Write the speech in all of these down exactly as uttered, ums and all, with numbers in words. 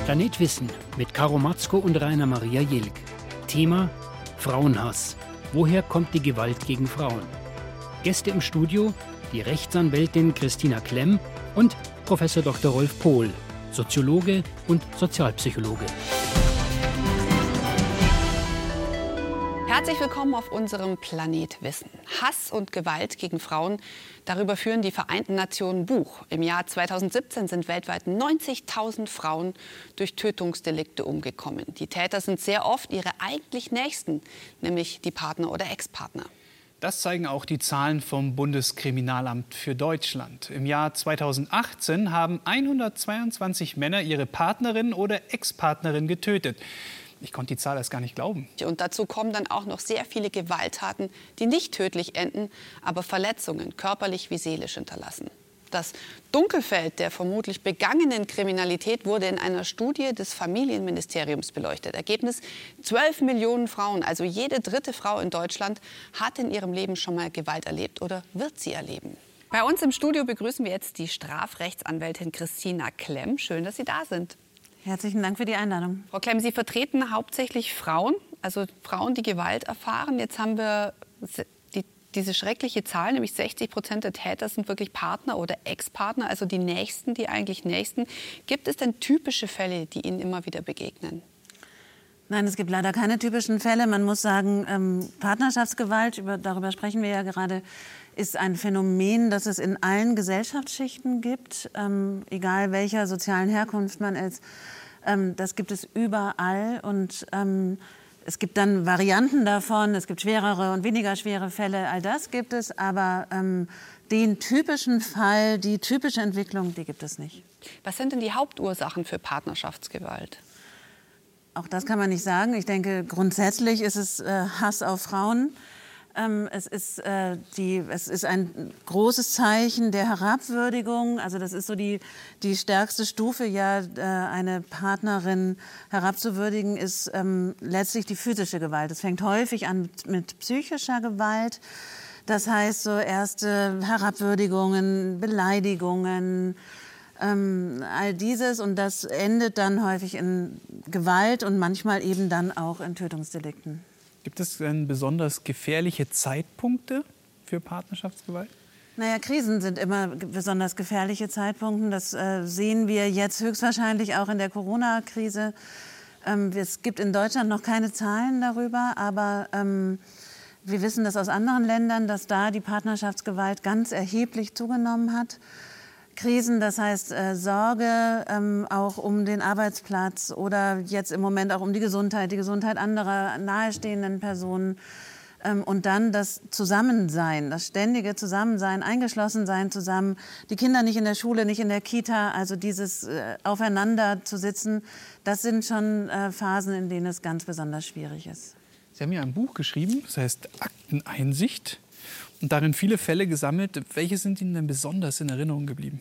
Planet Wissen mit Caro Matzko und Rainer Maria Jilk. Thema: Frauenhass. Woher kommt die Gewalt gegen Frauen? Gäste im Studio: die Rechtsanwältin Christina Klemm und Professor Doktor Rolf Pohl, Soziologe und Sozialpsychologe. Herzlich willkommen auf unserem Planet Wissen. Hass und Gewalt gegen Frauen, darüber führen die Vereinten Nationen Buch. Im Jahr zweitausendsiebzehn sind weltweit neunzigtausend Frauen durch Tötungsdelikte umgekommen. Die Täter sind sehr oft ihre eigentlich Nächsten, nämlich die Partner oder Ex-Partner. Das zeigen auch die Zahlen vom Bundeskriminalamt für Deutschland. Im Jahr zweitausendachtzehn haben hundertzweiundzwanzig Männer ihre Partnerin oder Ex-Partnerin getötet. Ich konnte die Zahl erst gar nicht glauben. Und dazu kommen dann auch noch sehr viele Gewalttaten, die nicht tödlich enden, aber Verletzungen, körperlich wie seelisch hinterlassen. Das Dunkelfeld der vermutlich begangenen Kriminalität wurde in einer Studie des Familienministeriums beleuchtet. Ergebnis: zwölf Millionen Frauen, also jede dritte Frau in Deutschland, hat in ihrem Leben schon mal Gewalt erlebt oder wird sie erleben. Bei uns im Studio begrüßen wir jetzt die Strafrechtsanwältin Christina Klemm. Schön, dass Sie da sind. Herzlichen Dank für die Einladung. Frau Klemm, Sie vertreten hauptsächlich Frauen, also Frauen, die Gewalt erfahren. Jetzt haben wir die, diese schreckliche Zahl, nämlich sechzig Prozent der Täter sind wirklich Partner oder Ex-Partner, also die Nächsten, die eigentlich Nächsten. Gibt es denn typische Fälle, die Ihnen immer wieder begegnen? Nein, es gibt leider keine typischen Fälle. Man muss sagen, ähm, Partnerschaftsgewalt, über, darüber sprechen wir ja gerade, ist ein Phänomen, das es in allen Gesellschaftsschichten gibt, ähm, egal welcher sozialen Herkunft man ist. Ähm, das gibt es überall und ähm, es gibt dann Varianten davon. Es gibt schwerere und weniger schwere Fälle, all das gibt es, aber ähm, den typischen Fall, die typische Entwicklung, die gibt es nicht. Was sind denn die Hauptursachen für Partnerschaftsgewalt? Auch das kann man nicht sagen. Ich denke, grundsätzlich ist es äh, Hass auf Frauen. Ähm, es ist, äh, die, es ist ein großes Zeichen der Herabwürdigung. Also das ist so die, die stärkste Stufe, ja, äh, eine Partnerin herabzuwürdigen, ist ähm, letztlich die physische Gewalt. Es fängt häufig an mit, mit psychischer Gewalt. Das heißt, so erste Herabwürdigungen, Beleidigungen, ähm, all dieses. Und das endet dann häufig in Gewalt und manchmal eben dann auch in Tötungsdelikten. Gibt es denn besonders gefährliche Zeitpunkte für Partnerschaftsgewalt? Naja, Krisen sind immer besonders gefährliche Zeitpunkte. Das äh, sehen wir jetzt höchstwahrscheinlich auch in der Corona-Krise. Ähm, es gibt in Deutschland noch keine Zahlen darüber, aber ähm, wir wissen das aus anderen Ländern, dass da die Partnerschaftsgewalt ganz erheblich zugenommen hat. Krisen, das heißt äh, Sorge ähm, auch um den Arbeitsplatz oder jetzt im Moment auch um die Gesundheit, die Gesundheit anderer nahestehenden Personen. Ähm, und dann das Zusammensein, das ständige Zusammensein, Eingeschlossensein zusammen, die Kinder nicht in der Schule, nicht in der Kita, also dieses äh, Aufeinander zu sitzen, das sind schon äh, Phasen, in denen es ganz besonders schwierig ist. Sie haben ja ein Buch geschrieben, das heißt Akteneinsicht. Und darin viele Fälle gesammelt. Welche sind Ihnen denn besonders in Erinnerung geblieben?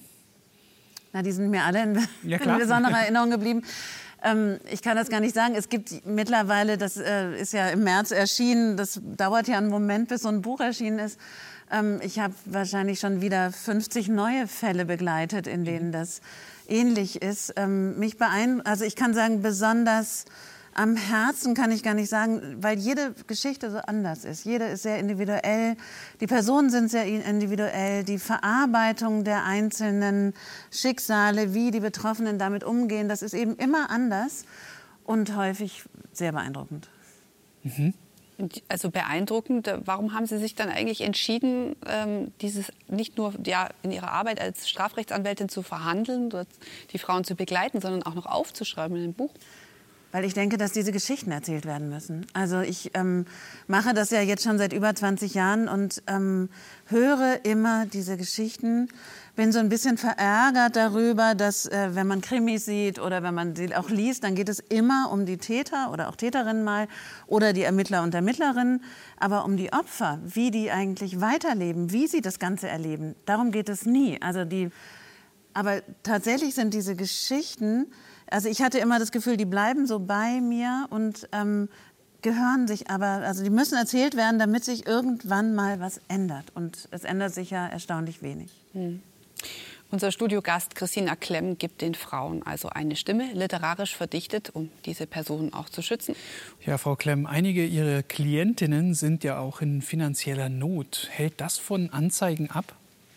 Na, die sind mir alle in, ja, in besonderer Erinnerung geblieben. Ähm, ich kann das gar nicht sagen. Es gibt mittlerweile, das äh, ist ja im März erschienen, das dauert ja einen Moment, bis so ein Buch erschienen ist. Ähm, ich habe wahrscheinlich schon wieder fünfzig neue Fälle begleitet, in denen das ähnlich ist. Ähm, mich beeindruckt, also ich kann sagen, besonders am Herzen kann ich gar nicht sagen, weil jede Geschichte so anders ist. Jede ist sehr individuell, die Personen sind sehr individuell, die Verarbeitung der einzelnen Schicksale, wie die Betroffenen damit umgehen, das ist eben immer anders und häufig sehr beeindruckend. Mhm. Also beeindruckend. Warum haben Sie sich dann eigentlich entschieden, dieses nicht nur ja, in Ihrer Arbeit als Strafrechtsanwältin zu verhandeln, die Frauen zu begleiten, sondern auch noch aufzuschreiben in dem Buch? Weil ich denke, dass diese Geschichten erzählt werden müssen. Also ich ähm, mache das ja jetzt schon seit über zwanzig Jahren und ähm, höre immer diese Geschichten. Bin so ein bisschen verärgert darüber, dass äh, wenn man Krimis sieht oder wenn man sie auch liest, dann geht es immer um die Täter oder auch Täterinnen mal oder die Ermittler und Ermittlerinnen. Aber um die Opfer, wie die eigentlich weiterleben, wie sie das Ganze erleben, darum geht es nie. Also die, aber tatsächlich sind diese Geschichten, also ich hatte immer das Gefühl, die bleiben so bei mir und ähm, gehören sich aber, also die müssen erzählt werden, damit sich irgendwann mal was ändert. Und es ändert sich ja erstaunlich wenig. Hm. Unser Studiogast Christina Klemm gibt den Frauen also eine Stimme, literarisch verdichtet, um diese Personen auch zu schützen. Ja, Frau Klemm, einige Ihrer Klientinnen sind ja auch in finanzieller Not. Hält das von Anzeigen ab?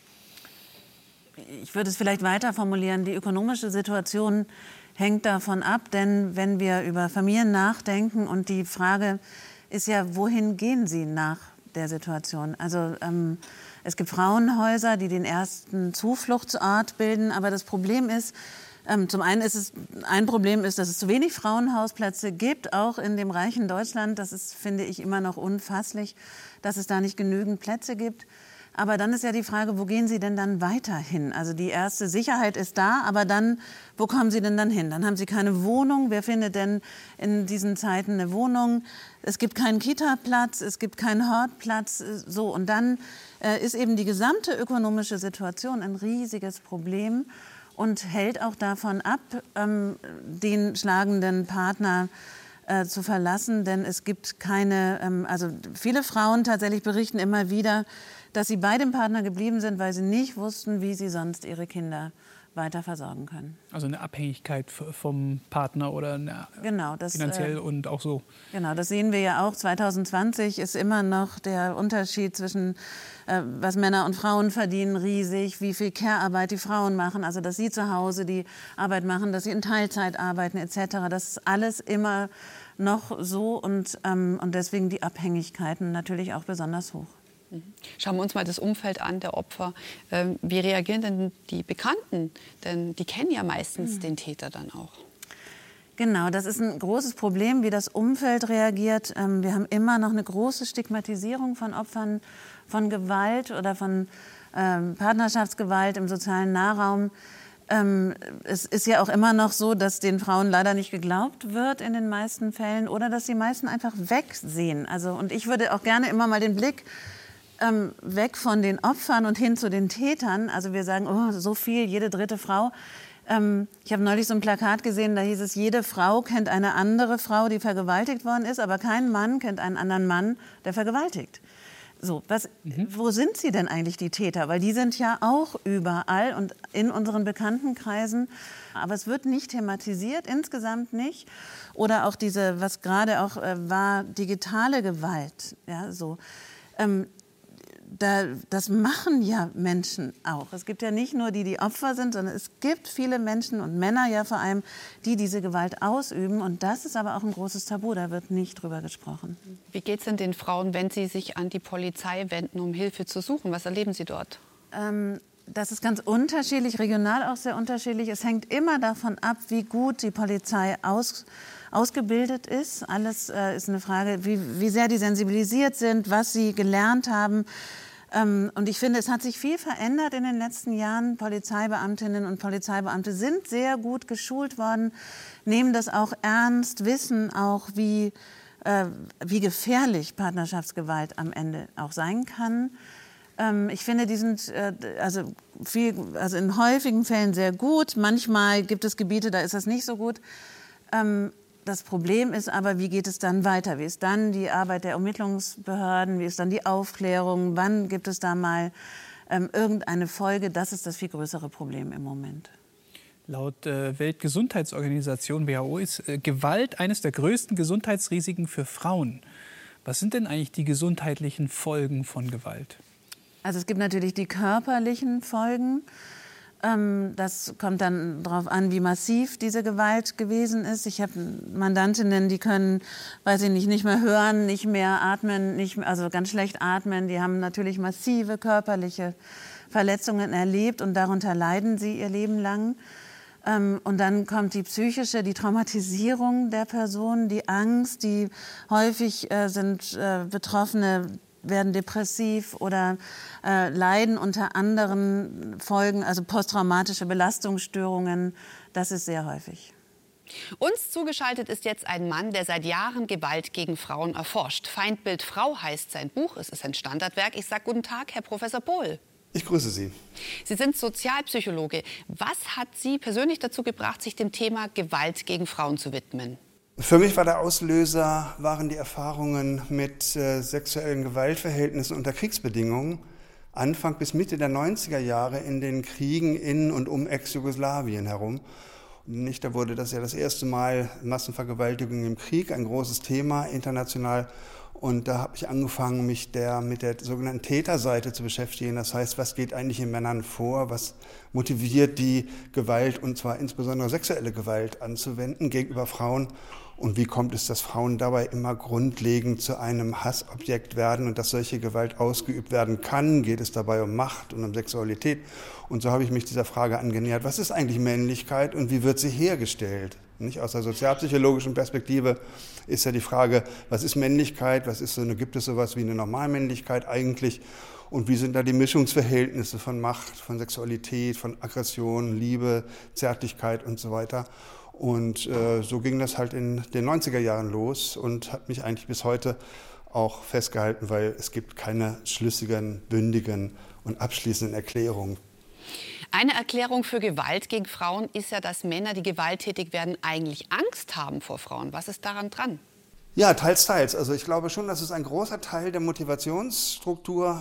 Ich würde es vielleicht weiter formulieren. Die ökonomische Situation hängt davon ab, denn wenn wir über Familien nachdenken und die Frage ist ja, wohin gehen sie nach der Situation? Also ähm, es gibt Frauenhäuser, die den ersten Zufluchtsort bilden, aber das Problem ist, ähm, zum einen ist es, ein Problem ist, dass es zu wenig Frauenhausplätze gibt, auch in dem reichen Deutschland. Das ist, finde ich, immer noch unfasslich, dass es da nicht genügend Plätze gibt. Aber dann ist ja die Frage, wo gehen Sie denn dann weiter hin? Also die erste Sicherheit ist da, aber dann, wo kommen Sie denn dann hin? Dann haben Sie keine Wohnung. Wer findet denn in diesen Zeiten eine Wohnung? Es gibt keinen Kita-Platz, es gibt keinen Hortplatz. So, und dann äh, ist eben die gesamte ökonomische Situation ein riesiges Problem und hält auch davon ab, ähm, den schlagenden Partner äh, zu verlassen. Denn es gibt keine, ähm, also viele Frauen tatsächlich berichten immer wieder, dass sie bei dem Partner geblieben sind, weil sie nicht wussten, wie sie sonst ihre Kinder weiter versorgen können. Also eine Abhängigkeit vom Partner oder eine genau, das, finanziell äh, und auch so. Genau, das sehen wir ja auch. zwanzig zwanzig ist immer noch der Unterschied zwischen, äh, was Männer und Frauen verdienen, riesig, wie viel Care-Arbeit die Frauen machen, also dass sie zu Hause die Arbeit machen, dass sie in Teilzeit arbeiten et cetera. Das ist alles immer noch so und, ähm, und deswegen die Abhängigkeiten natürlich auch besonders hoch. Schauen wir uns mal das Umfeld an der Opfer. Ähm, wie reagieren denn die Bekannten? Denn die kennen ja meistens mhm. den Täter dann auch. Genau, das ist ein großes Problem, wie das Umfeld reagiert. Ähm, wir haben immer noch eine große Stigmatisierung von Opfern von Gewalt oder von ähm, Partnerschaftsgewalt im sozialen Nahraum. Ähm, es ist ja auch immer noch so, dass den Frauen leider nicht geglaubt wird in den meisten Fällen oder dass die meisten einfach wegsehen. Also, und ich würde auch gerne immer mal den Blick Ähm, weg von den Opfern und hin zu den Tätern. Also wir sagen, oh, so viel, jede dritte Frau. Ähm, ich habe neulich so ein Plakat gesehen, da hieß es, jede Frau kennt eine andere Frau, die vergewaltigt worden ist, aber kein Mann kennt einen anderen Mann, der vergewaltigt. So, was, mhm. wo sind sie denn eigentlich, die Täter? Weil die sind ja auch überall und in unseren Bekanntenkreisen. Aber es wird nicht thematisiert, insgesamt nicht. Oder auch diese, was gerade auch äh, war, digitale Gewalt. Ja, so. Ähm, Da, das machen ja Menschen auch. Es gibt ja nicht nur die, die Opfer sind, sondern es gibt viele Menschen und Männer ja vor allem, die diese Gewalt ausüben. Und das ist aber auch ein großes Tabu, da wird nicht drüber gesprochen. Wie geht es denn den Frauen, wenn sie sich an die Polizei wenden, um Hilfe zu suchen? Was erleben sie dort? Ähm, das ist ganz unterschiedlich, regional auch sehr unterschiedlich. Es hängt immer davon ab, wie gut die Polizei aus, ausgebildet ist. Alles äh, ist eine Frage, wie, wie sehr die sensibilisiert sind, was sie gelernt haben. Und ich finde, es hat sich viel verändert in den letzten Jahren. Polizeibeamtinnen und Polizeibeamte sind sehr gut geschult worden, nehmen das auch ernst, wissen auch, wie, äh, wie gefährlich Partnerschaftsgewalt am Ende auch sein kann. Ähm, ich finde, die sind äh, also viel, also in häufigen Fällen sehr gut. Manchmal gibt es Gebiete, da ist das nicht so gut. Ähm, Das Problem ist aber, wie geht es dann weiter? Wie ist dann die Arbeit der Ermittlungsbehörden? Wie ist dann die Aufklärung? Wann gibt es da mal ähm, irgendeine Folge? Das ist das viel größere Problem im Moment. Laut äh, Weltgesundheitsorganisation W H O ist äh, Gewalt eines der größten Gesundheitsrisiken für Frauen. Was sind denn eigentlich die gesundheitlichen Folgen von Gewalt? Also es gibt natürlich die körperlichen Folgen. Das kommt dann darauf an, wie massiv diese Gewalt gewesen ist. Ich habe Mandantinnen, die können, weiß ich nicht, nicht mehr hören, nicht mehr atmen, nicht mehr, also ganz schlecht atmen. Die haben natürlich massive körperliche Verletzungen erlebt und darunter leiden sie ihr Leben lang. Und dann kommt die psychische, die Traumatisierung der Person, die Angst, die häufig äh, sind äh, Betroffene, werden depressiv oder äh, leiden unter anderen Folgen, also posttraumatische Belastungsstörungen. Das ist sehr häufig. Uns zugeschaltet ist jetzt ein Mann, der seit Jahren Gewalt gegen Frauen erforscht. Feindbild Frau heißt sein Buch. Es ist ein Standardwerk. Ich sage guten Tag, Herr Professor Pohl. Ich grüße Sie. Sie sind Sozialpsychologe. Was hat Sie persönlich dazu gebracht, sich dem Thema Gewalt gegen Frauen zu widmen? Für mich war der Auslöser, waren die Erfahrungen mit äh, sexuellen Gewaltverhältnissen unter Kriegsbedingungen. Anfang bis Mitte der neunziger Jahre in den Kriegen in und um Ex-Jugoslawien herum. Und nicht, da wurde das ja das erste Mal Massenvergewaltigung im Krieg, ein großes Thema international. Und da habe ich angefangen, mich der, mit der sogenannten Täterseite zu beschäftigen. Das heißt, was geht eigentlich in Männern vor? Was motiviert die Gewalt, und zwar insbesondere sexuelle Gewalt, anzuwenden gegenüber Frauen? Und wie kommt es, dass Frauen dabei immer grundlegend zu einem Hassobjekt werden und dass solche Gewalt ausgeübt werden kann? Geht es dabei um Macht und um Sexualität? Und so habe ich mich dieser Frage angenähert, was ist eigentlich Männlichkeit und wie wird sie hergestellt? Nicht? Aus der sozialpsychologischen Perspektive ist ja die Frage, was ist Männlichkeit, was ist so eine, gibt es sowas wie eine Normalmännlichkeit eigentlich und wie sind da die Mischungsverhältnisse von Macht, von Sexualität, von Aggression, Liebe, Zärtlichkeit und so weiter. Und äh, so ging das halt in den neunziger Jahren los und hat mich eigentlich bis heute auch festgehalten, weil es gibt keine schlüssigen, bündigen und abschließenden Erklärungen. Eine Erklärung für Gewalt gegen Frauen ist ja, dass Männer, die gewalttätig werden, eigentlich Angst haben vor Frauen. Was ist daran dran? Ja, teils, teils. Also ich glaube schon, dass es ein großer Teil der Motivationsstruktur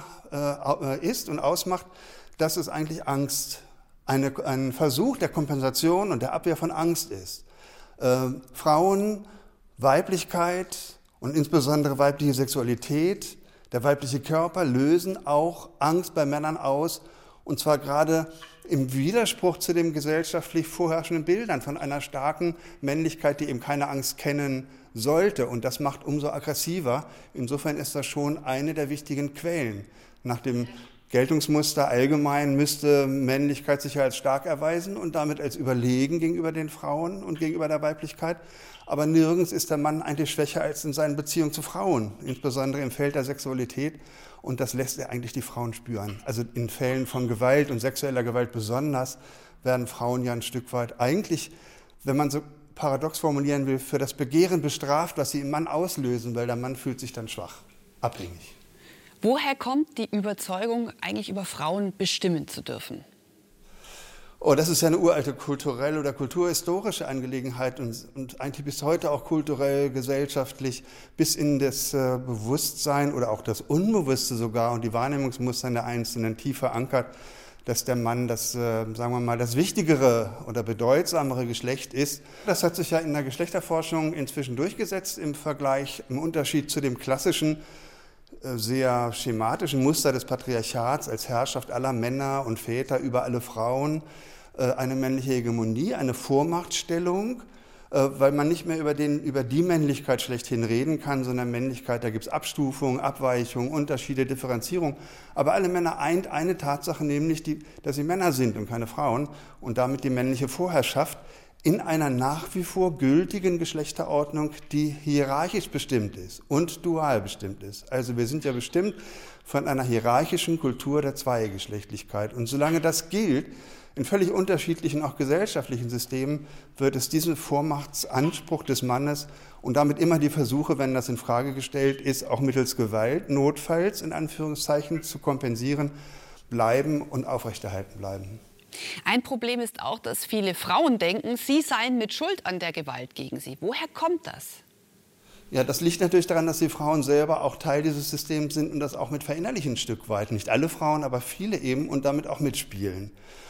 äh, ist und ausmacht, dass es eigentlich Angst, eine, ein Versuch der Kompensation und der Abwehr von Angst ist. Äh, Frauen, Weiblichkeit und insbesondere weibliche Sexualität, der weibliche Körper lösen auch Angst bei Männern aus, und zwar gerade im Widerspruch zu den gesellschaftlich vorherrschenden Bildern von einer starken Männlichkeit, die eben keine Angst kennen sollte. Und das macht umso aggressiver. Insofern ist das schon eine der wichtigen Quellen. Nach dem Geltungsmuster allgemein müsste Männlichkeit sich als stark erweisen und damit als überlegen gegenüber den Frauen und gegenüber der Weiblichkeit. Aber nirgends ist der Mann eigentlich schwächer als in seinen Beziehungen zu Frauen, insbesondere im Feld der Sexualität. Und das lässt er eigentlich die Frauen spüren. Also in Fällen von Gewalt und sexueller Gewalt besonders werden Frauen ja ein Stück weit eigentlich, wenn man so paradox formulieren will, für das Begehren bestraft, was sie im Mann auslösen, weil der Mann fühlt sich dann schwach, abhängig. Woher kommt die Überzeugung, eigentlich über Frauen bestimmen zu dürfen? Oh, das ist ja eine uralte kulturelle oder kulturhistorische Angelegenheit und, und eigentlich bis heute auch kulturell, gesellschaftlich, bis in das äh, Bewusstsein oder auch das Unbewusste sogar und die Wahrnehmungsmuster der Einzelnen tief verankert, dass der Mann das, äh, sagen wir mal, das wichtigere oder bedeutsamere Geschlecht ist. Das hat sich ja in der Geschlechterforschung inzwischen durchgesetzt im Vergleich, im Unterschied zu dem klassischen, äh, sehr schematischen Muster des Patriarchats als Herrschaft aller Männer und Väter über alle Frauen. Eine männliche Hegemonie, eine Vormachtstellung, weil man nicht mehr über, den, über die Männlichkeit schlechthin reden kann, sondern Männlichkeit, da gibt es Abstufungen, Abweichungen, Unterschiede, Differenzierung. Aber alle Männer eint eine Tatsache, nämlich, die, dass sie Männer sind und keine Frauen und damit die männliche Vorherrschaft in einer nach wie vor gültigen Geschlechterordnung, die hierarchisch bestimmt ist und dual bestimmt ist. Also wir sind ja bestimmt von einer hierarchischen Kultur der Zweigeschlechtlichkeit. Und solange das gilt, in völlig unterschiedlichen, auch gesellschaftlichen Systemen, wird es diesen Vormachtsanspruch des Mannes und damit immer die Versuche, wenn das in Frage gestellt ist, auch mittels Gewalt, notfalls in Anführungszeichen, zu kompensieren, bleiben und aufrechterhalten bleiben. Ein Problem ist auch, dass viele Frauen denken, sie seien mit Schuld an der Gewalt gegen sie. Woher kommt das? Ja, das liegt natürlich daran, dass die Frauen selber auch Teil dieses Systems sind und das auch mit verinnerlichen ein Stück weit. Nicht alle Frauen, aber viele eben und damit auch mitspielen.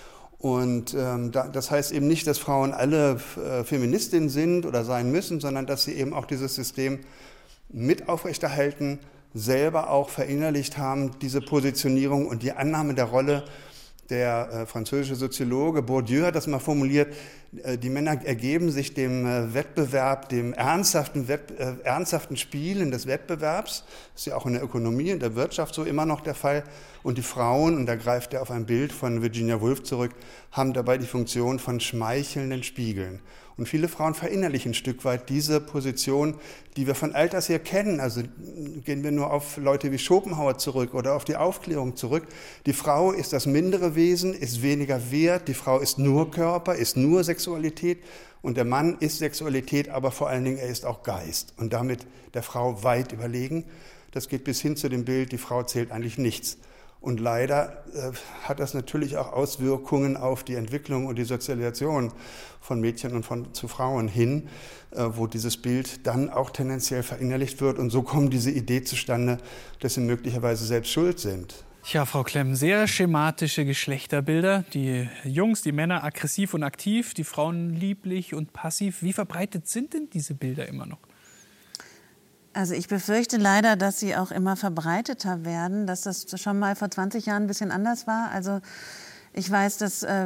Und ähm, da, das heißt eben nicht, dass Frauen alle äh, Feministinnen sind oder sein müssen, sondern dass sie eben auch dieses System mit aufrechterhalten, selber auch verinnerlicht haben, diese Positionierung und die Annahme der Rolle. Der äh, französische Soziologe Bourdieu hat das mal formuliert, äh, die Männer ergeben sich dem äh, Wettbewerb, dem ernsthaften, Wett, äh, ernsthaften Spielen des Wettbewerbs. Das ist ja auch in der Ökonomie, in der Wirtschaft so immer noch der Fall. Und die Frauen, und da greift er auf ein Bild von Virginia Woolf zurück, haben dabei die Funktion von schmeichelnden Spiegeln. Und viele Frauen verinnerlichen ein Stück weit diese Position, die wir von alters her kennen. Also gehen wir nur auf Leute wie Schopenhauer zurück oder auf die Aufklärung zurück. Die Frau ist das mindere Wesen, ist weniger wert. Die Frau ist nur Körper, ist nur Sexualität. Und der Mann ist Sexualität, aber vor allen Dingen, er ist auch Geist. Und damit der Frau weit überlegen. Das geht bis hin zu dem Bild, die Frau zählt eigentlich nichts. Und leider äh, hat das natürlich auch Auswirkungen auf die Entwicklung und die Sozialisation von Mädchen und von, zu Frauen hin, äh, wo dieses Bild dann auch tendenziell verinnerlicht wird. Und so kommt diese Idee zustande, dass sie möglicherweise selbst schuld sind. Ja, Frau Klemm, sehr schematische Geschlechterbilder. Die Jungs, die Männer aggressiv und aktiv, die Frauen lieblich und passiv. Wie verbreitet sind denn diese Bilder immer noch? Also ich befürchte leider, dass sie auch immer verbreiteter werden, dass das schon mal vor zwanzig Jahren ein bisschen anders war. Also ich weiß, dass äh,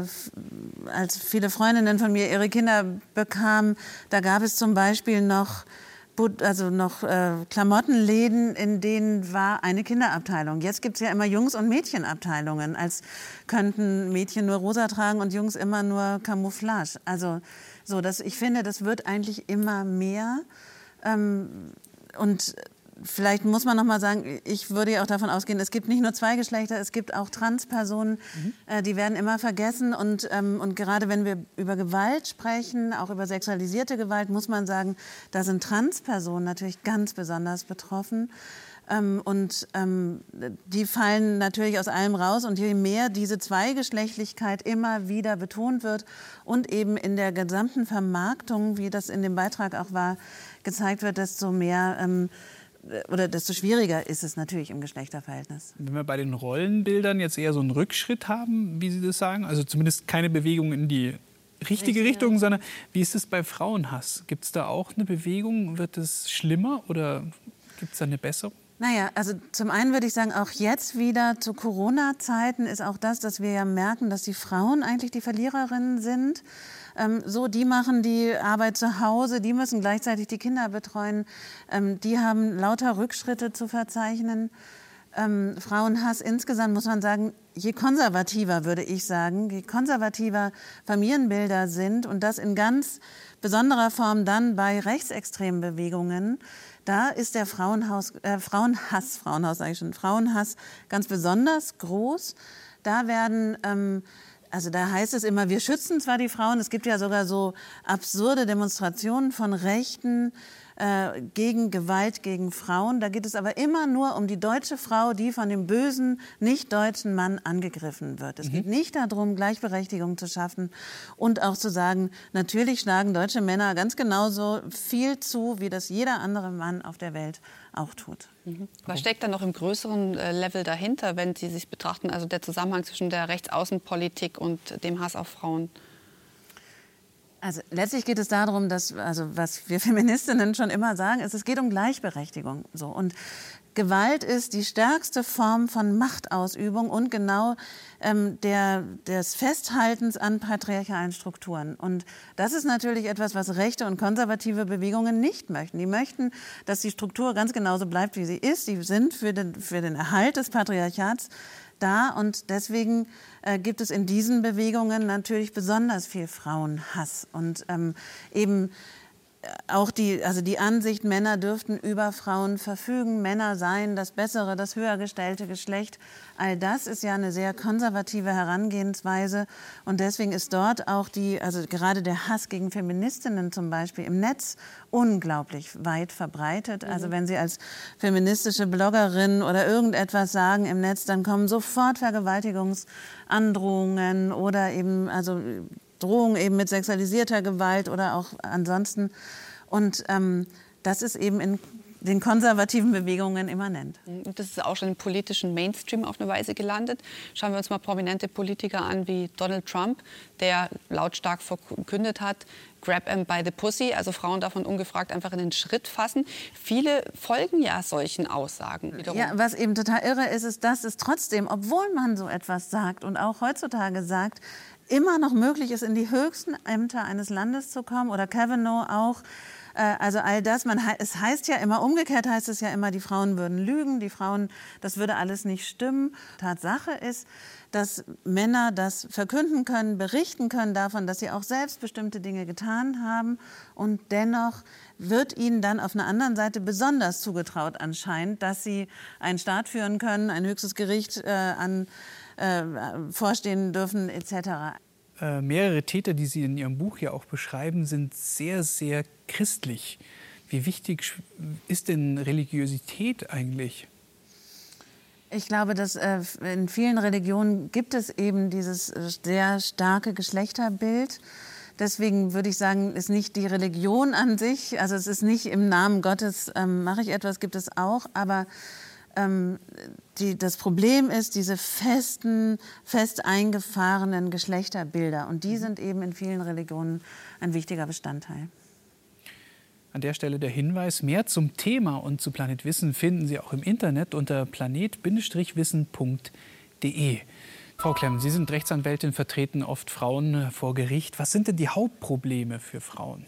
als viele Freundinnen von mir ihre Kinder bekamen, da gab es zum Beispiel noch, also noch äh, Klamottenläden, in denen war eine Kinderabteilung. Jetzt gibt es ja immer Jungs- und Mädchenabteilungen, als könnten Mädchen nur rosa tragen und Jungs immer nur Camouflage. Also so, dass ich finde, das wird eigentlich immer mehr. Ähm, und vielleicht muss man noch mal sagen, ich würde ja auch davon ausgehen, es gibt nicht nur zwei Geschlechter, es gibt auch Transpersonen, mhm. äh, die werden immer vergessen. Und, ähm, und gerade wenn wir über Gewalt sprechen, auch über sexualisierte Gewalt, muss man sagen, da sind Transpersonen natürlich ganz besonders betroffen. Ähm, und ähm, die fallen natürlich aus allem raus. Und je mehr diese Zweigeschlechtlichkeit immer wieder betont wird und eben in der gesamten Vermarktung, wie das in dem Beitrag auch war, gezeigt wird, desto mehr ähm, oder desto schwieriger ist es natürlich im Geschlechterverhältnis. Wenn wir bei den Rollenbildern jetzt eher so einen Rückschritt haben, wie Sie das sagen, also zumindest keine Bewegung in die richtige Richtig. Richtung, sondern wie ist es bei Frauenhass? Gibt es da auch eine Bewegung? Wird es schlimmer oder gibt es da eine Besserung? Naja, also zum einen würde ich sagen, auch jetzt wieder zu Corona-Zeiten ist auch das, dass wir ja merken, dass die Frauen eigentlich die Verliererinnen sind. Ähm, so, die machen die Arbeit zu Hause, die müssen gleichzeitig die Kinder betreuen. Ähm, die haben lauter Rückschritte zu verzeichnen. Ähm, Frauenhass insgesamt, muss man sagen, je konservativer, würde ich sagen, je konservativer Familienbilder sind und das in ganz besonderer Form dann bei rechtsextremen Bewegungen, da ist der Frauenhaus, äh, Frauenhass, Frauenhaus sage ich schon, Frauenhass ganz besonders groß. Da werden, ähm, also da heißt es immer, wir schützen zwar die Frauen, es gibt ja sogar so absurde Demonstrationen von Rechten äh, gegen Gewalt gegen Frauen. Da geht es aber immer nur um die deutsche Frau, die von dem bösen, nicht deutschen Mann angegriffen wird. Es mhm. geht nicht darum, Gleichberechtigung zu schaffen und auch zu sagen, natürlich schlagen deutsche Männer ganz genauso viel zu, wie das jeder andere Mann auf der Welt auch tut. Mhm. Was steckt dann noch im größeren äh, Level dahinter, wenn Sie sich betrachten, also der Zusammenhang zwischen der Rechtsaußenpolitik und dem Hass auf Frauen? Also letztlich geht es darum, dass, also was wir Feministinnen schon immer sagen, ist, es geht um Gleichberechtigung. So. Und Gewalt ist die stärkste Form von Machtausübung und genau ähm, der, des Festhaltens an patriarchalen Strukturen. Und das ist natürlich etwas, was rechte und konservative Bewegungen nicht möchten. Die möchten, dass die Struktur ganz genauso bleibt, wie sie ist. Die sind für den, für den Erhalt des Patriarchats da und deswegen äh, gibt es in diesen Bewegungen natürlich besonders viel Frauenhass und ähm, eben auch die, also die Ansicht, Männer dürften über Frauen verfügen, Männer seien das bessere, das höher gestellte Geschlecht. All das ist ja eine sehr konservative Herangehensweise und deswegen ist dort auch die, also gerade der Hass gegen Feministinnen zum Beispiel im Netz unglaublich weit verbreitet. Mhm. Also wenn Sie als feministische Bloggerin oder irgendetwas sagen im Netz, dann kommen sofort Vergewaltigungsandrohungen oder eben, also Drohungen eben mit sexualisierter Gewalt oder auch ansonsten. Und ähm, das ist eben in den konservativen Bewegungen immanent. Das ist auch schon im politischen Mainstream auf eine Weise gelandet. Schauen wir uns mal prominente Politiker an wie Donald Trump, der lautstark verkündet hat, grab em by the pussy, also Frauen davon ungefragt einfach in den Schritt fassen. Viele folgen ja solchen Aussagen wiederum. Ja, was eben total irre ist, ist, dass es trotzdem, obwohl man so etwas sagt und auch heutzutage sagt, immer noch möglich ist, in die höchsten Ämter eines Landes zu kommen oder Kavanaugh auch. Also all das, man, es heißt ja immer, umgekehrt heißt es ja immer, die Frauen würden lügen, die Frauen, das würde alles nicht stimmen. Tatsache ist, dass Männer das verkünden können, berichten können davon, dass sie auch selbst bestimmte Dinge getan haben und dennoch wird ihnen dann auf einer anderen Seite besonders zugetraut anscheinend, dass sie einen Staat führen können, ein höchstes Gericht äh, an äh, vorstehen dürfen et cetera. Äh, mehrere Täter, die Sie in Ihrem Buch ja auch beschreiben, sind sehr, sehr christlich. Wie wichtig ist denn Religiosität eigentlich? Ich glaube, dass äh, in vielen Religionen gibt es eben dieses sehr starke Geschlechterbild. Deswegen würde ich sagen, ist nicht die Religion an sich, also es ist nicht im Namen Gottes ähm, mache ich etwas, gibt es auch, aber ähm, die, das Problem ist diese festen, fest eingefahrenen Geschlechterbilder. Und die sind eben in vielen Religionen ein wichtiger Bestandteil. An der Stelle der Hinweis, mehr zum Thema und zu Planet Wissen finden Sie auch im Internet unter planet Wissen punkt de. Frau Klemm, Sie sind Rechtsanwältin, vertreten oft Frauen vor Gericht. Was sind denn die Hauptprobleme für Frauen?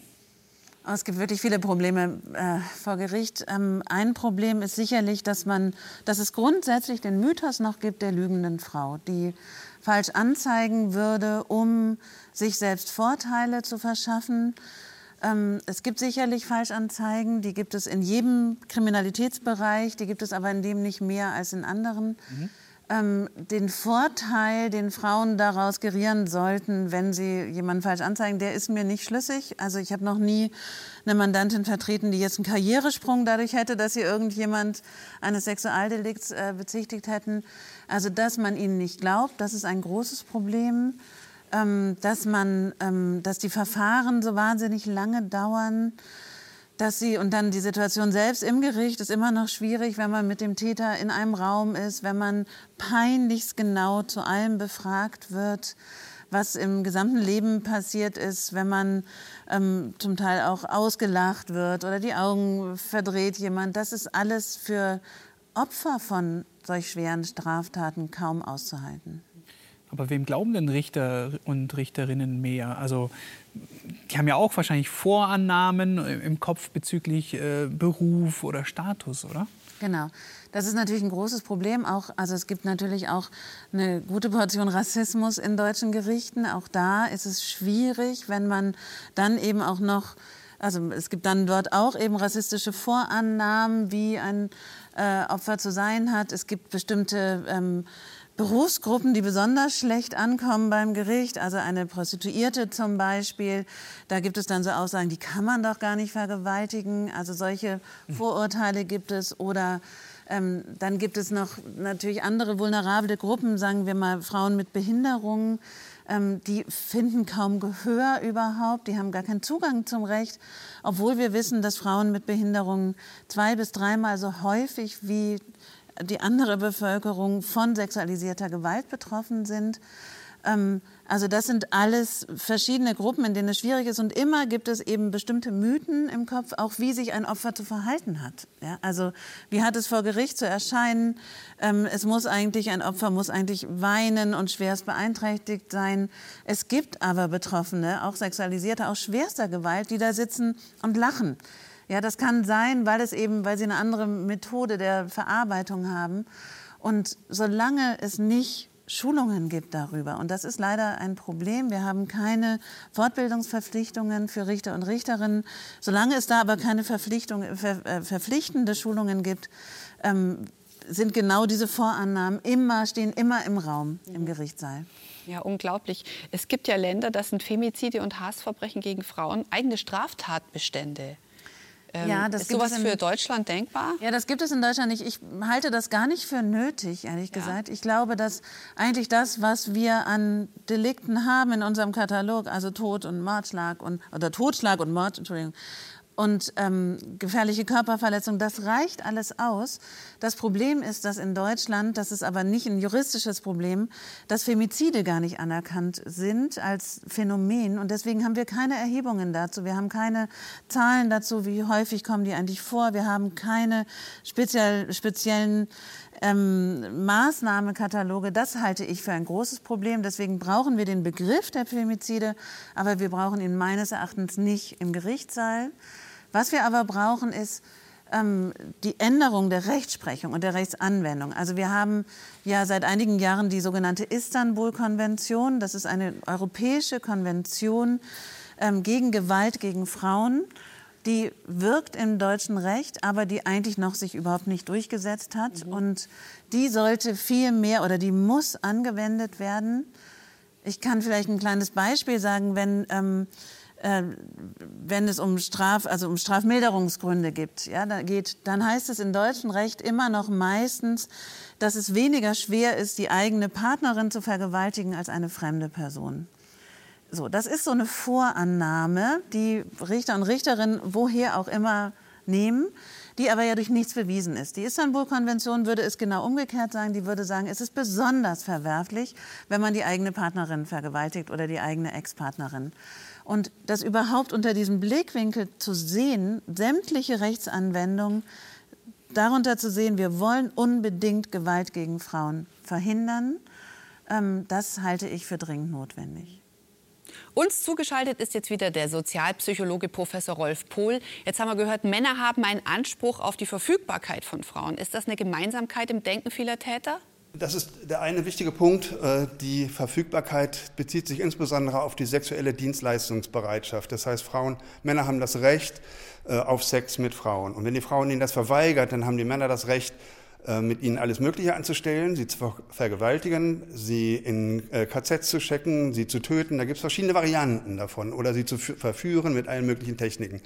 Es gibt wirklich viele Probleme äh, vor Gericht. Ähm, ein Problem ist sicherlich, dass, man, dass es grundsätzlich den Mythos noch gibt der lügenden Frau, die falsch anzeigen würde, um sich selbst Vorteile zu verschaffen. Ähm, es gibt sicherlich Falschanzeigen, die gibt es in jedem Kriminalitätsbereich, die gibt es aber in dem nicht mehr als in anderen. Mhm. Ähm, den Vorteil, den Frauen daraus gerieren sollten, wenn sie jemanden falsch anzeigen, der ist mir nicht schlüssig. Also ich habe noch nie eine Mandantin vertreten, die jetzt einen Karrieresprung dadurch hätte, dass sie irgendjemand eines Sexualdelikts äh, bezichtigt hätten. Also dass man ihnen nicht glaubt, das ist ein großes Problem. Ähm, dass man, ähm, dass die Verfahren so wahnsinnig lange dauern, dass sie, und dann die Situation selbst im Gericht ist immer noch schwierig, wenn man mit dem Täter in einem Raum ist, wenn man peinlichst genau zu allem befragt wird, was im gesamten Leben passiert ist, wenn man ähm, zum Teil auch ausgelacht wird oder die Augen verdreht jemand. Das ist alles für Opfer von solch schweren Straftaten kaum auszuhalten. Aber wem glauben denn Richter und Richterinnen mehr? Also die haben ja auch wahrscheinlich Vorannahmen im Kopf bezüglich äh, Beruf oder Status, oder? Genau. Das ist natürlich ein großes Problem. Auch, also es gibt natürlich auch eine gute Portion Rassismus in deutschen Gerichten. Auch da ist es schwierig, wenn man dann eben auch noch, also es gibt dann dort auch eben rassistische Vorannahmen, wie ein äh, Opfer zu sein hat. Es gibt bestimmte ähm, Berufsgruppen, die besonders schlecht ankommen beim Gericht, also eine Prostituierte zum Beispiel, da gibt es dann so Aussagen, die kann man doch gar nicht vergewaltigen, also solche Vorurteile gibt es. Oder ähm, dann gibt es noch natürlich andere vulnerable Gruppen, sagen wir mal Frauen mit Behinderungen, ähm, die finden kaum Gehör überhaupt, die haben gar keinen Zugang zum Recht, obwohl wir wissen, dass Frauen mit Behinderungen zwei- bis dreimal so häufig wie die andere Bevölkerung von sexualisierter Gewalt betroffen sind. Ähm, also das sind alles verschiedene Gruppen, in denen es schwierig ist. Und immer gibt es eben bestimmte Mythen im Kopf, auch wie sich ein Opfer zu verhalten hat. Ja, also wie hat es vor Gericht zu erscheinen? Ähm, es muss eigentlich, ein Opfer muss eigentlich weinen und schwerst beeinträchtigt sein. Es gibt aber Betroffene, auch sexualisierte, auch schwerster Gewalt, die da sitzen und lachen. Ja, das kann sein, weil es eben, weil sie eine andere Methode der Verarbeitung haben. Und solange es nicht Schulungen gibt darüber, und das ist leider ein Problem, wir haben keine Fortbildungsverpflichtungen für Richter und Richterinnen, solange es da aber keine Verpflichtung, ver, äh, verpflichtende Schulungen gibt, ähm, sind genau diese Vorannahmen immer, stehen immer im Raum im Gerichtssaal. Ja, unglaublich. Es gibt ja Länder, das sind Femizide und Hassverbrechen gegen Frauen eigene Straftatbestände. Ähm, ja, das ist sowas für Deutschland denkbar? Ja, das gibt es in Deutschland nicht. Ich halte das gar nicht für nötig, ehrlich ja. gesagt. Ich glaube, dass eigentlich das, was wir an Delikten haben in unserem Katalog, also Tod und Mordschlag und oder Totschlag und Mord, Entschuldigung, und ähm, gefährliche Körperverletzung, das reicht alles aus. Das Problem ist, dass in Deutschland, das ist aber nicht ein juristisches Problem, dass Femizide gar nicht anerkannt sind als Phänomen. Und deswegen haben wir keine Erhebungen dazu. Wir haben keine Zahlen dazu, wie häufig kommen die eigentlich vor. Wir haben keine speziell, speziellen ähm, Maßnahmenkataloge. Das halte ich für ein großes Problem. Deswegen brauchen wir den Begriff der Femizide, aber wir brauchen ihn meines Erachtens nicht im Gerichtssaal. Was wir aber brauchen, ist ähm, die Änderung der Rechtsprechung und der Rechtsanwendung. Also wir haben ja seit einigen Jahren die sogenannte Istanbul-Konvention. Das ist eine europäische Konvention ähm, gegen Gewalt gegen Frauen. Die wirkt im deutschen Recht, aber die eigentlich noch sich überhaupt nicht durchgesetzt hat. Mhm. Und die sollte viel mehr oder die muss angewendet werden. Ich kann vielleicht ein kleines Beispiel sagen, wenn ähm, Äh, wenn es um Straf, also um Strafmilderungsgründe gibt, ja, da geht, dann heißt es im deutschen Recht immer noch meistens, dass es weniger schwer ist, die eigene Partnerin zu vergewaltigen als eine fremde Person. So, das ist so eine Vorannahme, die Richter und Richterinnen woher auch immer nehmen, die aber ja durch nichts bewiesen ist. Die Istanbul-Konvention würde es genau umgekehrt sagen. Die würde sagen, es ist besonders verwerflich, wenn man die eigene Partnerin vergewaltigt oder die eigene Ex-Partnerin. Und das überhaupt unter diesem Blickwinkel zu sehen, sämtliche Rechtsanwendungen, darunter zu sehen, wir wollen unbedingt Gewalt gegen Frauen verhindern, ähm, das halte ich für dringend notwendig. Uns zugeschaltet ist jetzt wieder der Sozialpsychologe Professor Rolf Pohl. Jetzt haben wir gehört, Männer haben einen Anspruch auf die Verfügbarkeit von Frauen. Ist das eine Gemeinsamkeit im Denken vieler Täter? Das ist der eine wichtige Punkt. Die Verfügbarkeit bezieht sich insbesondere auf die sexuelle Dienstleistungsbereitschaft. Das heißt, Frauen, Männer haben das Recht auf Sex mit Frauen. Und wenn die Frauen ihnen das verweigert, dann haben die Männer das Recht, mit ihnen alles Mögliche anzustellen, sie zu vergewaltigen, sie in K Zs zu stecken, sie zu töten. Da gibt es verschiedene Varianten davon. Oder sie zu verführen mit allen möglichen Techniken.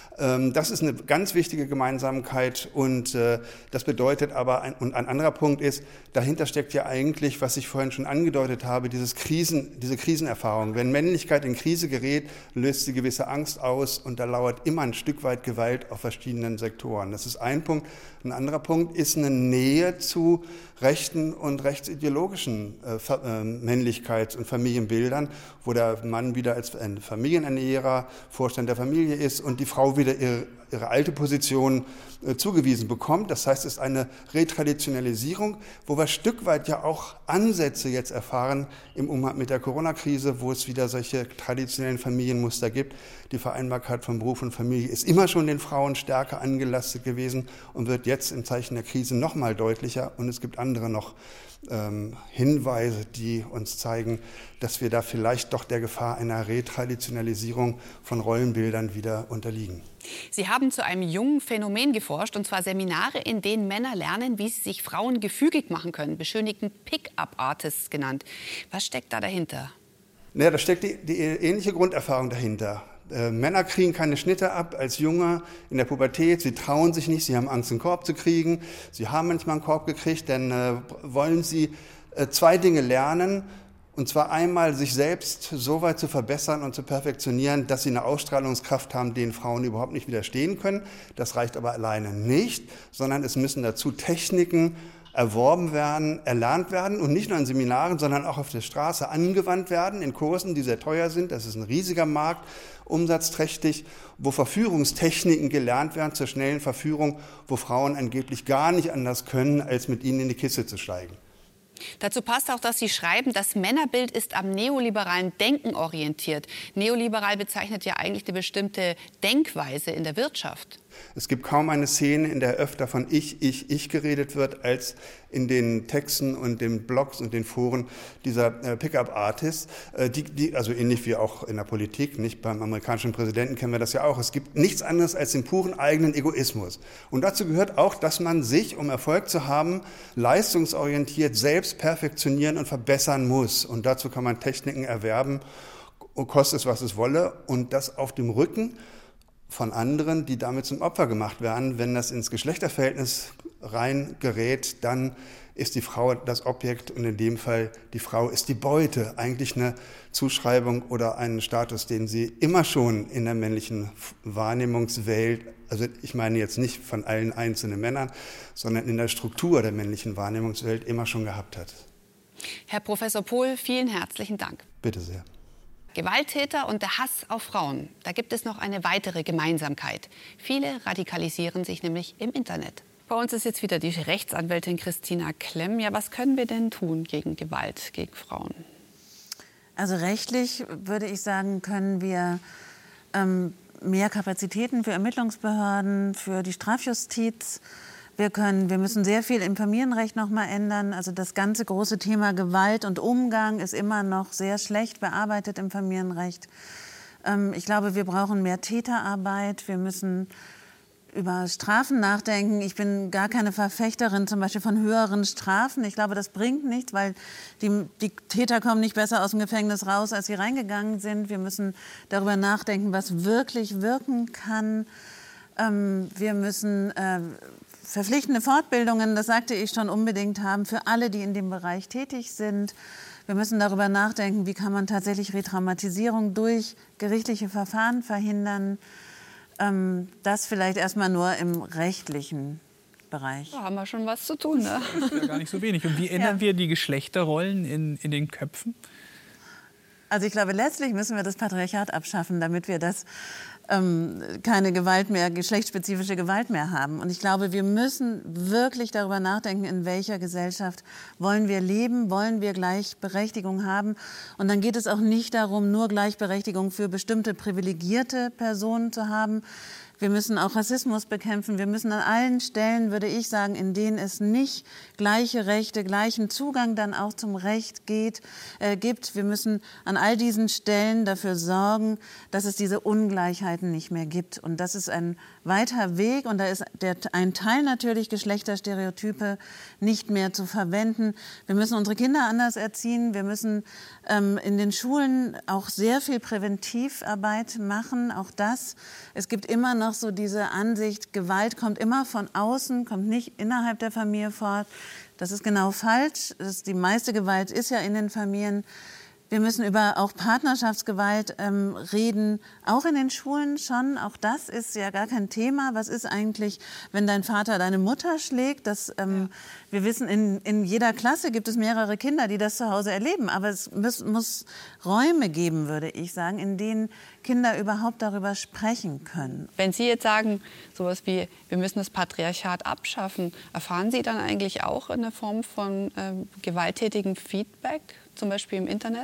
Das ist eine ganz wichtige Gemeinsamkeit und das bedeutet aber, und ein anderer Punkt ist, dahinter steckt ja eigentlich, was ich vorhin schon angedeutet habe, dieses Krisen, diese Krisenerfahrung. Wenn Männlichkeit in Krise gerät, löst sie gewisse Angst aus und da lauert immer ein Stück weit Gewalt auf verschiedenen Sektoren. Das ist ein Punkt. Ein anderer Punkt ist eine Nähe zu rechten und rechtsideologischen äh, äh, Männlichkeits- und Familienbildern, wo der Mann wieder als ein Familienernährer Vorstand der Familie ist und die Frau wieder ihre, ihre alte Position äh, zugewiesen bekommt. Das heißt, es ist eine Retraditionalisierung, wo wir ein Stück weit ja auch Ansätze jetzt erfahren im Umgang mit der Corona-Krise, wo es wieder solche traditionellen Familienmuster gibt. Die Vereinbarkeit von Beruf und Familie ist immer schon den Frauen stärker angelastet gewesen und wird jetzt im Zeichen der Krise noch mal deutlicher. Und es gibt andere noch ähm, Hinweise, die uns zeigen, dass wir da vielleicht doch der Gefahr einer Retraditionalisierung von Rollenbildern wieder unterliegen. Sie haben zu einem jungen Phänomen geforscht, und zwar Seminare, in denen Männer lernen, wie sie sich Frauen gefügig machen können, beschönigten Pick-up-Artists genannt. Was steckt da dahinter? Naja, da steckt die, die ähnliche Grunderfahrung dahinter. Äh, Männer kriegen keine Schnitte ab als Junge in der Pubertät. Sie trauen sich nicht, sie haben Angst, einen Korb zu kriegen. Sie haben manchmal einen Korb gekriegt, dann äh, wollen sie äh, zwei Dinge lernen. Und zwar einmal, sich selbst so weit zu verbessern und zu perfektionieren, dass sie eine Ausstrahlungskraft haben, denen Frauen überhaupt nicht widerstehen können. Das reicht aber alleine nicht, sondern es müssen dazu Techniken erworben werden, erlernt werden und nicht nur in Seminaren, sondern auch auf der Straße angewandt werden, in Kursen, die sehr teuer sind. Das ist ein riesiger Markt, umsatzträchtig, wo Verführungstechniken gelernt werden zur schnellen Verführung, wo Frauen angeblich gar nicht anders können, als mit ihnen in die Kiste zu steigen. Dazu passt auch, dass Sie schreiben, das Männerbild ist am neoliberalen Denken orientiert. Neoliberal bezeichnet ja eigentlich eine bestimmte Denkweise in der Wirtschaft. Es gibt kaum eine Szene, in der öfter von ich, ich, ich geredet wird, als in den Texten und den Blogs und den Foren dieser äh, Pickup-Artists, äh, die, die, also ähnlich wie auch in der Politik, nicht beim amerikanischen Präsidenten kennen wir das ja auch. Es gibt nichts anderes als den puren eigenen Egoismus. Und dazu gehört auch, dass man sich, um Erfolg zu haben, leistungsorientiert selbst perfektionieren und verbessern muss. Und dazu kann man Techniken erwerben, kostet es, was es wolle, und das auf dem Rücken von anderen, die damit zum Opfer gemacht werden. Wenn das ins Geschlechterverhältnis reingerät, dann ist die Frau das Objekt und in dem Fall die Frau ist die Beute. Eigentlich eine Zuschreibung oder einen Status, den sie immer schon in der männlichen Wahrnehmungswelt, also ich meine jetzt nicht von allen einzelnen Männern, sondern in der Struktur der männlichen Wahrnehmungswelt immer schon gehabt hat. Herr Professor Pohl, vielen herzlichen Dank. Bitte sehr. Gewalttäter und der Hass auf Frauen. Da gibt es noch eine weitere Gemeinsamkeit. Viele radikalisieren sich nämlich im Internet. Bei uns ist jetzt wieder die Rechtsanwältin Christina Klemm. Ja, was können wir denn tun gegen Gewalt gegen Frauen? Also rechtlich würde ich sagen, können wir ähm, mehr Kapazitäten für Ermittlungsbehörden, für die Strafjustiz. Wir können, wir müssen sehr viel im Familienrecht noch mal ändern. Also das ganze große Thema Gewalt und Umgang ist immer noch sehr schlecht bearbeitet im Familienrecht. Ähm, ich glaube, wir brauchen mehr Täterarbeit. Wir müssen über Strafen nachdenken. Ich bin gar keine Verfechterin zum Beispiel von höheren Strafen. Ich glaube, das bringt nichts, weil die, die Täter kommen nicht besser aus dem Gefängnis raus, als sie reingegangen sind. Wir müssen darüber nachdenken, was wirklich wirken kann. Ähm, wir müssen äh, verpflichtende Fortbildungen, das sagte ich schon, unbedingt haben für alle, die in dem Bereich tätig sind. Wir müssen darüber nachdenken, wie kann man tatsächlich Retraumatisierung durch gerichtliche Verfahren verhindern. ähm, das vielleicht erstmal nur im rechtlichen Bereich. Da haben wir schon was zu tun, ne? Das ist ja gar nicht so wenig. Und wie ändern Ja. wir die Geschlechterrollen in, in den Köpfen? Also ich glaube, letztlich müssen wir das Patriarchat abschaffen, damit wir das ähm, keine Gewalt mehr, geschlechtsspezifische Gewalt mehr haben. Und ich glaube, wir müssen wirklich darüber nachdenken, in welcher Gesellschaft wollen wir leben, wollen wir Gleichberechtigung haben. Und dann geht es auch nicht darum, nur Gleichberechtigung für bestimmte privilegierte Personen zu haben. Wir müssen auch Rassismus bekämpfen. Wir müssen an allen Stellen, würde ich sagen, in denen es nicht gleiche Rechte, gleichen Zugang dann auch zum Recht geht, äh, gibt. Wir müssen an all diesen Stellen dafür sorgen, dass es diese Ungleichheiten nicht mehr gibt. Und das ist ein weiter Weg. Und da ist der, ein Teil natürlich, Geschlechterstereotype nicht mehr zu verwenden. Wir müssen unsere Kinder anders erziehen. Wir müssen ähm, in den Schulen auch sehr viel Präventivarbeit machen. Auch das. Es gibt immer noch so diese Ansicht, Gewalt kommt immer von außen, kommt nicht innerhalb der Familie fort. Das ist genau falsch. Das, die meiste Gewalt ist ja in den Familien. Wir müssen über auch Partnerschaftsgewalt ähm, reden, auch in den Schulen schon. Auch das ist ja gar kein Thema. Was ist eigentlich, wenn dein Vater deine Mutter schlägt? Das, ähm, ja. Wir wissen, in, in jeder Klasse gibt es mehrere Kinder, die das zu Hause erleben. Aber es muss, muss Räume geben, würde ich sagen, in denen Kinder überhaupt darüber sprechen können. Wenn Sie jetzt sagen, sowas wie, wir müssen das Patriarchat abschaffen, erfahren Sie dann eigentlich auch eine Form von äh, gewalttätigem Feedback, zum Beispiel im Internet?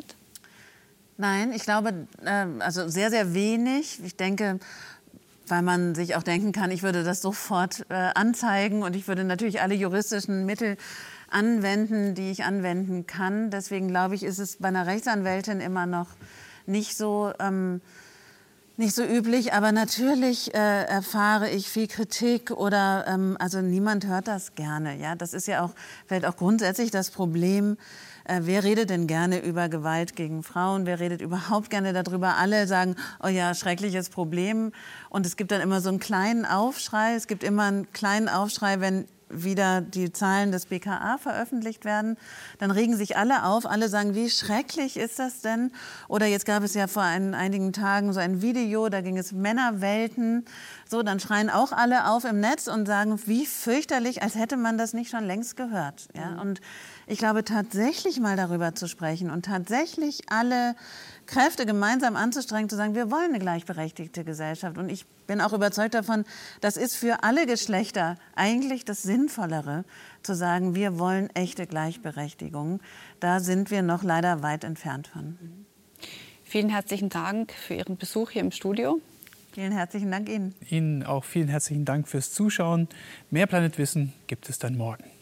Nein, ich glaube, äh, also sehr, sehr wenig. Ich denke, weil man sich auch denken kann, ich würde das sofort äh, anzeigen und ich würde natürlich alle juristischen Mittel anwenden, die ich anwenden kann. Deswegen glaube ich, ist es bei einer Rechtsanwältin immer noch nicht so, ähm, nicht so üblich. Aber natürlich äh, erfahre ich viel Kritik oder ähm, also niemand hört das gerne. Ja, das ist ja auch vielleicht auch grundsätzlich das Problem. Äh, wer redet denn gerne über Gewalt gegen Frauen? Wer redet überhaupt gerne darüber? Alle sagen, oh ja, schreckliches Problem. Und es gibt dann immer so einen kleinen Aufschrei. Es gibt immer einen kleinen Aufschrei, wenn wieder die Zahlen des B K A veröffentlicht werden, dann regen sich alle auf, alle sagen, wie schrecklich ist das denn? Oder jetzt gab es ja vor ein, einigen Tagen so ein Video, da ging es Männerwelten, so, dann schreien auch alle auf im Netz und sagen, wie fürchterlich, als hätte man das nicht schon längst gehört. Ja? Mhm. Und ich glaube, tatsächlich mal darüber zu sprechen und tatsächlich alle Kräfte gemeinsam anzustrengen, zu sagen, wir wollen eine gleichberechtigte Gesellschaft. Und ich bin auch überzeugt davon, das ist für alle Geschlechter eigentlich das Sinnvollere, zu sagen, wir wollen echte Gleichberechtigung. Da sind wir noch leider weit entfernt von. Vielen herzlichen Dank für Ihren Besuch hier im Studio. Vielen herzlichen Dank Ihnen. Ihnen auch vielen herzlichen Dank fürs Zuschauen. Mehr Planet Wissen gibt es dann morgen.